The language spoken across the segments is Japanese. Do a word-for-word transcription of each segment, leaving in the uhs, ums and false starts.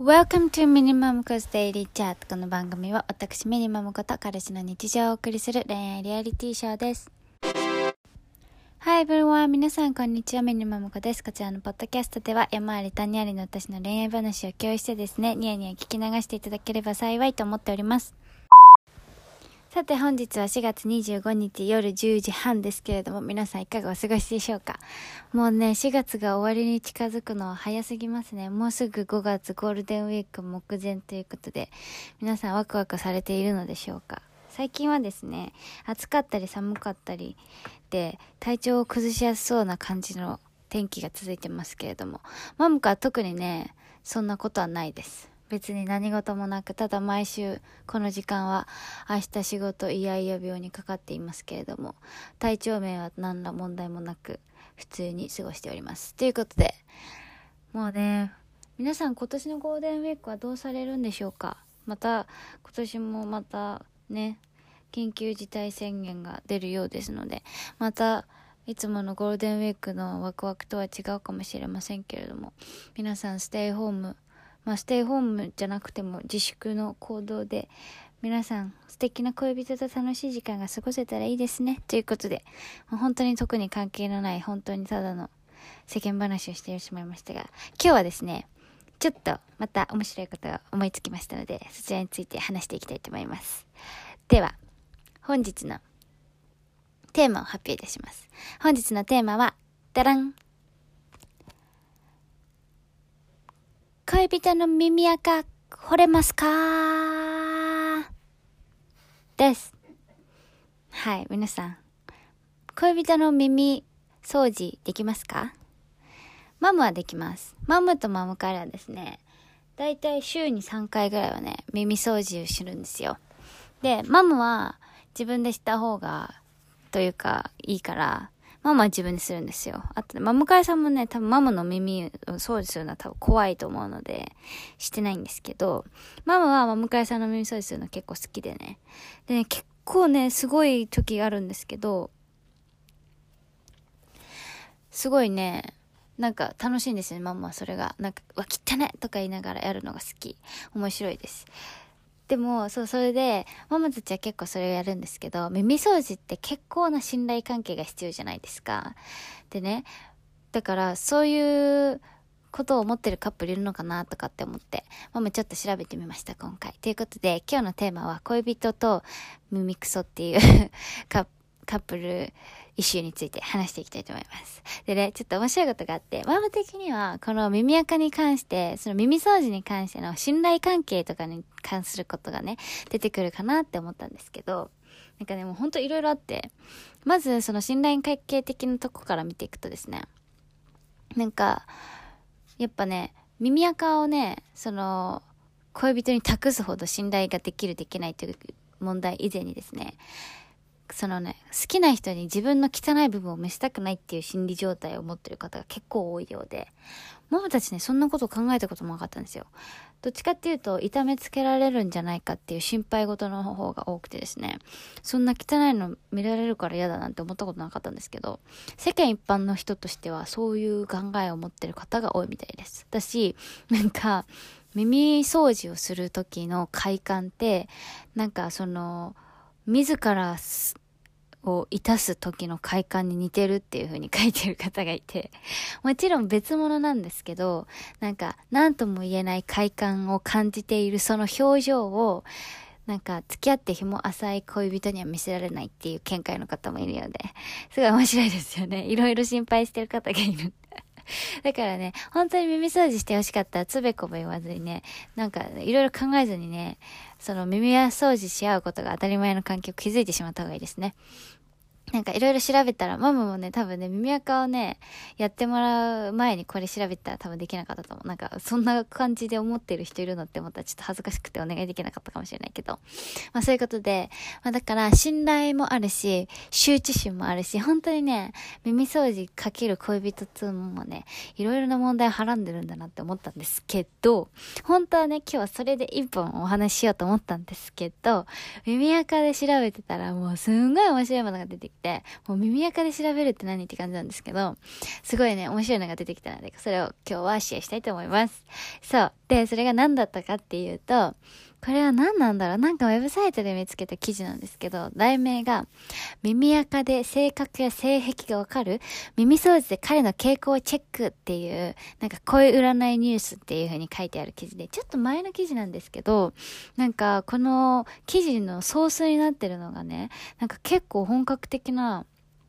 Welcome to Minimum Cause Daily Chat。 この番組は私ミニマムこと彼氏の日常をお送りする恋愛リアリティショーです。 Hi everyone、 皆さんこんにちは、ミニマムコです。こちらのポッドキャストでは山あり谷ありの私の恋愛話を共有してですね、ニヤニヤ聞き流していただければ幸いと思っております。さて本日はしがつにじゅうごにち夜じゅうじはんですけれども、皆さんいかがお過ごしでしょうか。もうね、しがつが終わりに近づくのは早すぎますね。もうすぐごがつゴールデンウィーク目前ということで、皆さんワクワクされているのでしょうか。最近はですね、暑かったり寒かったりで体調を崩しやすそうな感じの天気が続いてますけれども、マムカは特にね、そんなことはないです。別に何事もなく、ただ毎週この時間は明日仕事いやいや病にかかっていますけれども、体調面は何ら問題もなく普通に過ごしております。ということで、もうね、皆さん今年のゴールデンウィークはどうされるんでしょうか。また今年もまたね、緊急事態宣言が出るようですので、またいつものゴールデンウィークのワクワクとは違うかもしれませんけれども、皆さんステイホーム、まあステイホームじゃなくても自粛の行動で皆さん素敵な恋人と楽しい時間が過ごせたらいいですね。ということで、本当に特に関係のない本当にただの世間話をしてしまいましたが、今日はですね、ちょっとまた面白いことが思いつきましたので、そちらについて話していきたいと思います。では本日のテーマを発表いたします。本日のテーマはダラン、恋人の耳垢惚れますかです。はい、皆さん恋人の耳掃除できますか？マムはできます。マムとマムカレはですね、だいたい週にさんかいぐらいはね、耳掃除をするんですよ。で、マムは自分でした方がというかいいから、ママは自分でするんですよ。あとね、マムカレさんもね、多分ママの耳を掃除するのは多分怖いと思うのでしてないんですけど、ママはマムカレさんの耳掃除するの結構好きでね。でね、結構ね、すごい時があるんですけど、すごいね、なんか楽しいんですよね、ママはそれが。なんか、うわ、汚ねとか言いながらやるのが好き。面白いです。でも、そう、それで、ママたちは結構それをやるんですけど、耳掃除って結構な信頼関係が必要じゃないですか。でね、だからそういうことを思ってるカップルいるのかなとかって思って、ママちょっと調べてみました、今回。ということで、今日のテーマは恋人と耳クソっていうカカップルイシューについて話していきたいと思います。でね、ちょっと面白いことがあって、ママ的にはこの耳垢に関して、その耳掃除に関しての信頼関係とかに関することがね、出てくるかなって思ったんですけど、なんかね、もうほんといろいろあって、まずその信頼関係的なとこから見ていくとですね、なんかやっぱね、耳垢をね、その恋人に託すほど信頼ができるできないという問題以前にですね、そのね、好きな人に自分の汚い部分を見せたくないっていう心理状態を持ってる方が結構多いようで、ママたちね、そんなことを考えたこともなかったんですよ。どっちかっていうと痛めつけられるんじゃないかっていう心配事の方が多くてですね、そんな汚いの見られるから嫌だなんて思ったことなかったんですけど、世間一般の人としてはそういう考えを持ってる方が多いみたいです。私なんか耳掃除をする時の快感って、なんかその自らをいたす時の快感に似てるっていう風に書いてる方がいて、もちろん別物なんですけど、なんか何とも言えない快感を感じているその表情を、なんか付き合って日も浅い恋人には見せられないっていう見解の方もいるようで、すごい面白いですよね。いろいろ心配してる方がいる。だからね、本当に耳掃除してほしかったらつべこべ言わずにね、なんかいろいろ考えずにね、その耳掃除し合うことが当たり前の環境を築いてしまった方がいいですね。なんかいろいろ調べたら、ママもね、多分ね、耳垢をね、やってもらう前にこれ調べたら多分できなかったと思う。なんか、そんな感じで思ってる人いるのって思ったらちょっと恥ずかしくてお願いできなかったかもしれないけど。まあそういうことで、まあだから、信頼もあるし、羞恥心もあるし、本当にね、耳掃除かける恋人っていうのもね、いろいろな問題をはらんでるんだなって思ったんですけど、本当はね、今日はそれで一本お話ししようと思ったんですけど、耳垢で調べてたらもうすんごい面白いものが出てきて、 て、もう耳垢で調べるって何って感じなんですけど、すごいね、面白いのが出てきたので、それを今日はシェアしたいと思います。そう。で、それが何だったかっていうと、これは何なんだろう、なんかウェブサイトで見つけた記事なんですけど、題名が、耳垢で性格や性癖がわかる耳掃除で彼の傾向をチェックっていう、なんか声占いニュースっていう風に書いてある記事で、ちょっと前の記事なんですけど、なんかこの記事のソースになってるのがね、なんか結構本格的な、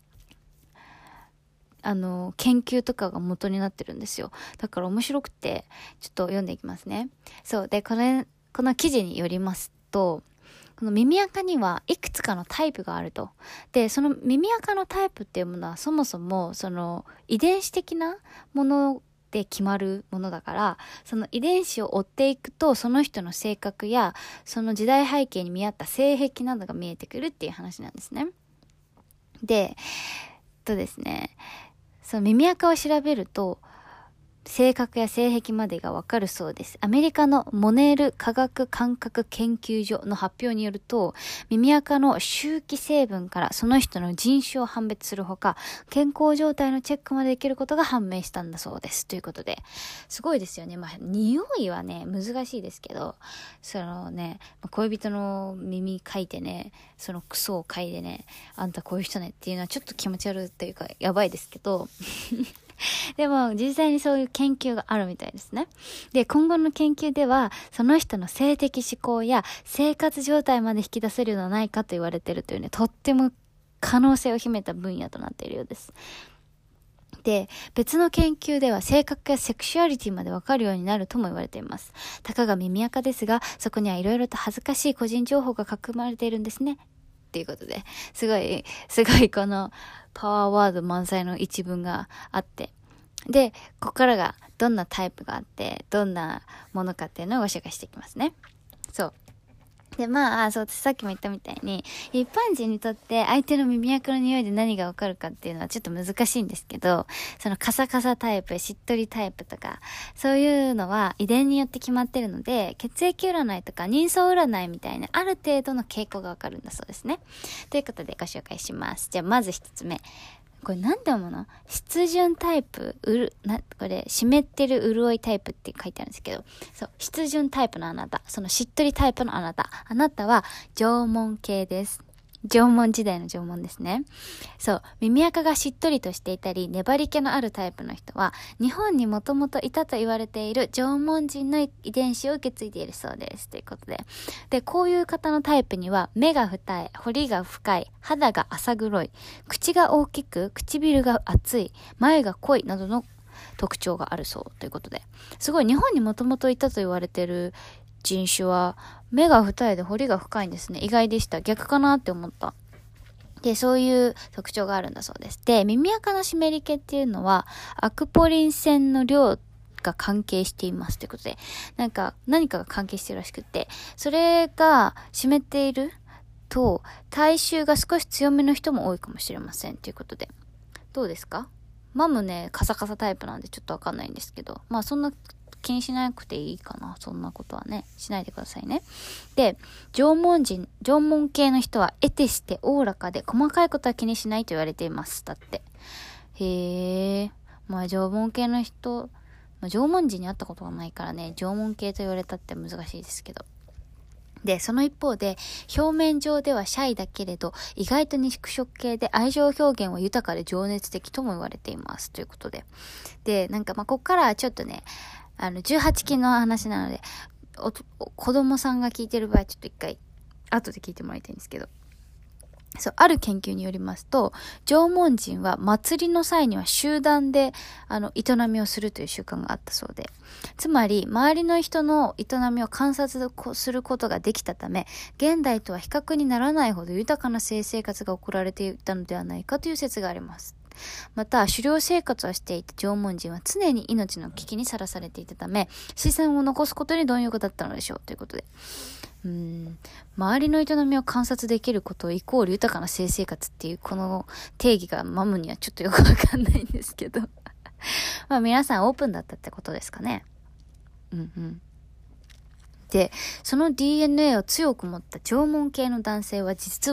あの、研究とかが元になってるんですよ。だから面白くて、ちょっと読んでいきますね。そう。で、これ、この記事によりますと、この耳垢にはいくつかのタイプがあると。で、その耳垢のタイプっていうものはそもそもその遺伝子的なもので決まるものだから、その遺伝子を追っていくとその人の性格やその時代背景に見合った性癖などが見えてくるっていう話なんですね。で、とですね、その耳垢を調べると性格や性癖までがわかるそうです。アメリカのモネル科学感覚研究所の発表によると、耳垢の周期成分からその人の人種を判別するほか、健康状態のチェックまでできることが判明したんだそうです。ということで、すごいですよね。まあ、匂いはね、難しいですけど、そのね、恋人の耳嗅いてね、そのクソを嗅いでね、あんたこういう人ねっていうのはちょっと気持ち悪いっていうか、やばいですけど、でも実際にそういう研究があるみたいですね。で、今後の研究ではその人の性的思考や生活状態まで引き出せるのではないかと言われているというね、とっても可能性を秘めた分野となっているようです。で、別の研究では性格やセクシュアリティまでわかるようになるとも言われています。たかが耳垢ですが、そこにはいろいろと恥ずかしい個人情報が含まれているんですね。っていうことで、すごい、すごいこのパワーワード満載の一文があって、で、ここからがどんなタイプがあって、どんなものかっていうのをご紹介していきますね。そう。で、まあ、そう、さっきも言ったみたいに、一般人にとって相手の耳垢の匂いで何がわかるかっていうのはちょっと難しいんですけど、そのカサカサタイプ、しっとりタイプとか、そういうのは遺伝によって決まってるので、血液占いとか人相占いみたいなある程度の傾向がわかるんだそうですね。ということでご紹介します。じゃあまず一つ目。これなんて読むの？湿潤タイプ、うる、な、これ、湿ってる潤いタイプって書いてあるんですけど、そう、湿潤タイプのあなた、そのしっとりタイプのあなた、あなたは縄文系です。縄文時代の縄文ですね。そう、耳垢がしっとりとしていたり、粘り気のあるタイプの人は、日本にもともといたと言われている縄文人の遺伝子を受け継いでいるそうです。ということで。で、こういう方のタイプには、目が二重、彫りが深い、肌が浅黒い、口が大きく、唇が厚い、眉が濃いなどの特徴があるそうということで。すごい、日本にもともといたと言われている人種は目が二重で彫りが深いんですね。意外でした。逆かなって思った。で、そういう特徴があるんだそうです。で、耳垢の湿り気っていうのはアクポリン腺の量が関係していますということで、なんか何かが関係してるらしくって、それが湿っていると体臭が少し強めの人も多いかもしれませんということで、どうですか？マムね、カサカサタイプなんでちょっとわかんないんですけど、まあそんな気にしなくていいかな。そんなことはね、しないでくださいね。で、縄文人、縄文系の人は得てしておおらかで細かいことは気にしないと言われています。だって。へえ。まあ縄文系の人、まあ、縄文人に会ったことがないからね、縄文系と言われたって難しいですけど。で、その一方で、表面上ではシャイだけれど、意外と肉食系で愛情表現は豊かで情熱的とも言われています。ということで。で、なんかまあ、こっからはちょっとね、あの、じゅうはちきんの話なので、お、お子供さんが聞いてる場合、ちょっと一回、後で聞いてもらいたいんですけど。そう、ある研究によりますと、縄文人は祭りの際には集団で、あの、営みをするという習慣があったそうで。つまり、周りの人の営みを観察することができたため、現代とは比較にならないほど豊かな性生活が送られていたのではないかという説があります。また、狩猟生活をしていた縄文人は常に命の危機にさらされていたため、子孫を残すことに貪欲だったのでしょうということで。うーん、周りの営みを観察できることイコール豊かな性生活っていうこの定義がマムにはちょっとよくわかんないんですけどまあ皆さんオープンだったってことですかね。うんうん。で、その ディーエヌエー を強く持った縄文系の男性は実は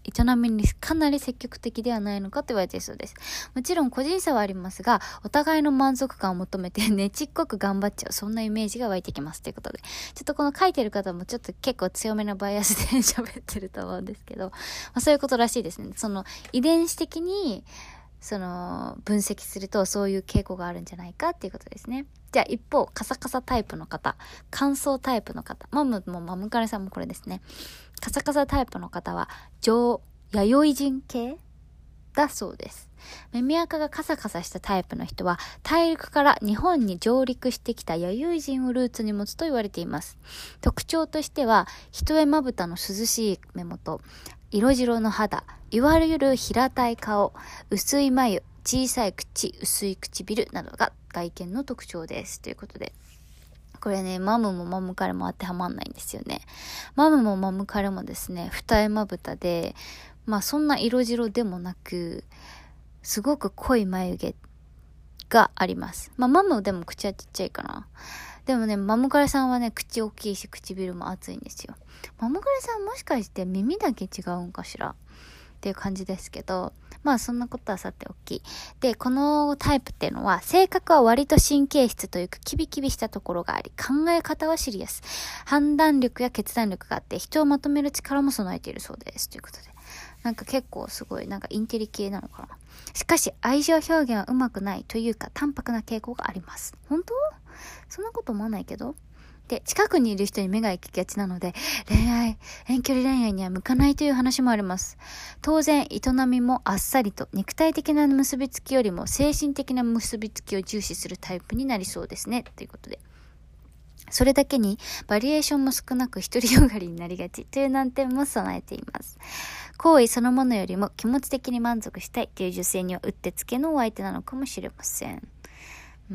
営みにかなり積極的ではないのかと言われているそうです。もちろん個人差はありますが、お互いの満足感を求めてねちっこく頑張っちゃう、そんなイメージが湧いてきますということで、ちょっとこの書いてる方もちょっと結構強めのバイアスで喋ってると思うんですけど、まあ、そういうことらしいですね。その遺伝子的にその分析するとそういう傾向があるんじゃないかっていうことですね。じゃあ一方、カサカサタイプの方、乾燥タイプの方、マムもマムカレさんもこれですね。カサカサタイプの方は上弥生人系だそうです。耳垢がカサカサしたタイプの人は大陸から日本に上陸してきた弥生人をルーツに持つと言われています。特徴としては一重まぶたの涼しい目元、色白の肌、いわゆる平たい顔、薄い眉、小さい口、薄い唇などが外見の特徴ですということで、これね、マムもマムカレも当てはまんないんですよね。マムもマムカレもですね、二重まぶたで、まあそんな色白でもなく、すごく濃い眉毛があります。まあマムでも口はちっちゃいかな。でもね、マムカレさんはね、口大きいし唇も厚いんですよ。マムカレさんもしかして耳だけ違うんかしらっていう感じですけど、まあそんなことはさておき。で、このタイプっていうのは、性格は割と神経質というかキビキビしたところがあり、考え方はシリアス。判断力や決断力があって、人をまとめる力も備えているそうです。ということで。なんか結構すごい、なんかインテリ系なのかな。しかし、愛情表現はうまくないというか、淡白な傾向があります。本当？そんなこと思わないけど。で、近くにいる人に目が行きがちなので、恋愛、遠距離恋愛には向かないという話もあります。当然、営みもあっさりと肉体的な結びつきよりも精神的な結びつきを重視するタイプになりそうですね。ということで。それだけに、バリエーションも少なく独りよがりになりがちという難点も備えています。行為そのものよりも気持ち的に満足したいという女性にはうってつけのお相手なのかもしれません。うー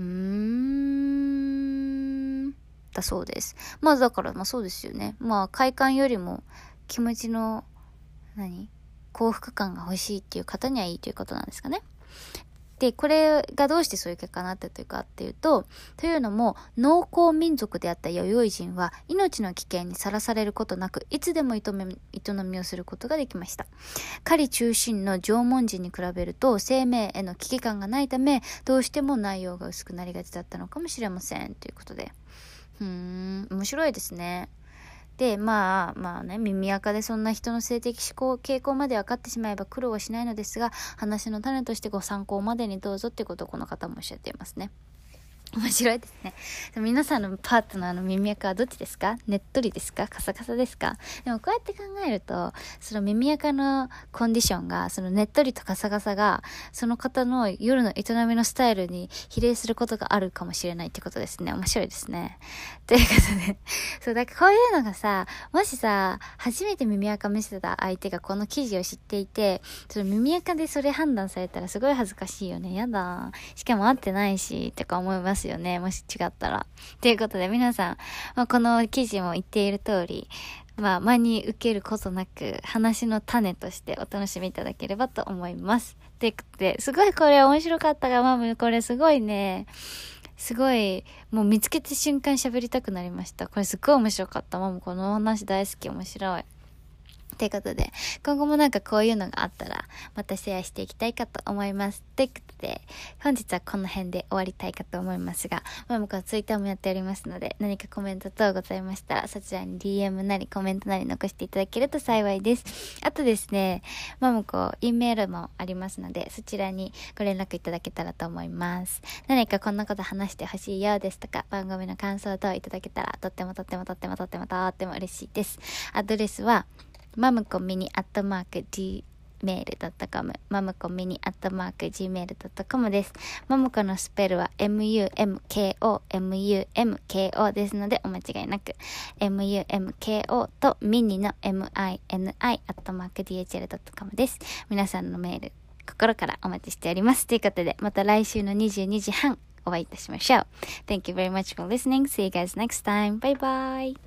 ん。だそうです。まあだからまあそうですよね。まあ快感よりも気持ちの何幸福感が欲しいっていう方にはいいということなんですかね。で、これがどうしてそういう結果になってというかっていうと、というのも農耕民族であった弥生人は命の危険にさらされることなくいつでも営み、営みをすることができました。狩り中心の縄文人に比べると生命への危機感がないため、どうしても内容が薄くなりがちだったのかもしれませんということで、うーん、面白いですね。で、まあ、まあね、耳垢でそんな人の性的思考、傾向まで分かってしまえば苦労はしないのですが、話の種としてご参考までにどうぞってことをこの方もおっしゃっていますね。面白いですね。皆さんのパートナーの耳垢はどっちですか？ねっとりですか？カサカサですか？でもこうやって考えると、その耳垢のコンディションが、そのねっとりとカサカサが、その方の夜の営みのスタイルに比例することがあるかもしれないってことですね。面白いですね。ということで、そう、だからこういうのがさ、もしさ、初めて耳垢見せた相手がこの記事を知っていて、その耳垢でそれ判断されたらすごい恥ずかしいよね。やだ。しかも会ってないし、とか思いますよね、もし違ったら。ということで皆さん、まあ、この記事も言っている通り、まあ真に受けることなく話の種としてお楽しみいただければと思います。ということで、すごいこれ面白かったが、マムこれすごいね、すごいもう見つけた瞬間喋りたくなりました。これすっごい面白かった。マムこの話大好き、面白い。ということで、今後もなんかこういうのがあったら、またシェアしていきたいかと思います。ということで、本日はこの辺で終わりたいかと思いますが、マムコはツイッターもやっておりますので、何かコメント等ございましたら、そちらに ディーエム なりコメントなり残していただけると幸いです。あとですね、マムコ、E メールもありますので、そちらにご連絡いただけたらと思います。何かこんなこと話してほしいようですとか、番組の感想等いただけたら、とってもとってもとってもとってもとっても嬉しいです。アドレスは、マムコミニアットマーク ジーメールドットコム マムコミニアットマーク ジーメールドットコム です。マムコのスペルは エムユーエムケーオー エムユーエムケーオー ですのでお間違いなく エムユーエムケーオー とミニの エムアイエヌアイ アットマーク ディーエイチエルドットコム です。皆さんのメール心からお待ちしております。ということでまた来週のにじゅうにじはんお会いいたしましょう。Thank you very much for listening. See you guys next time. Bye bye.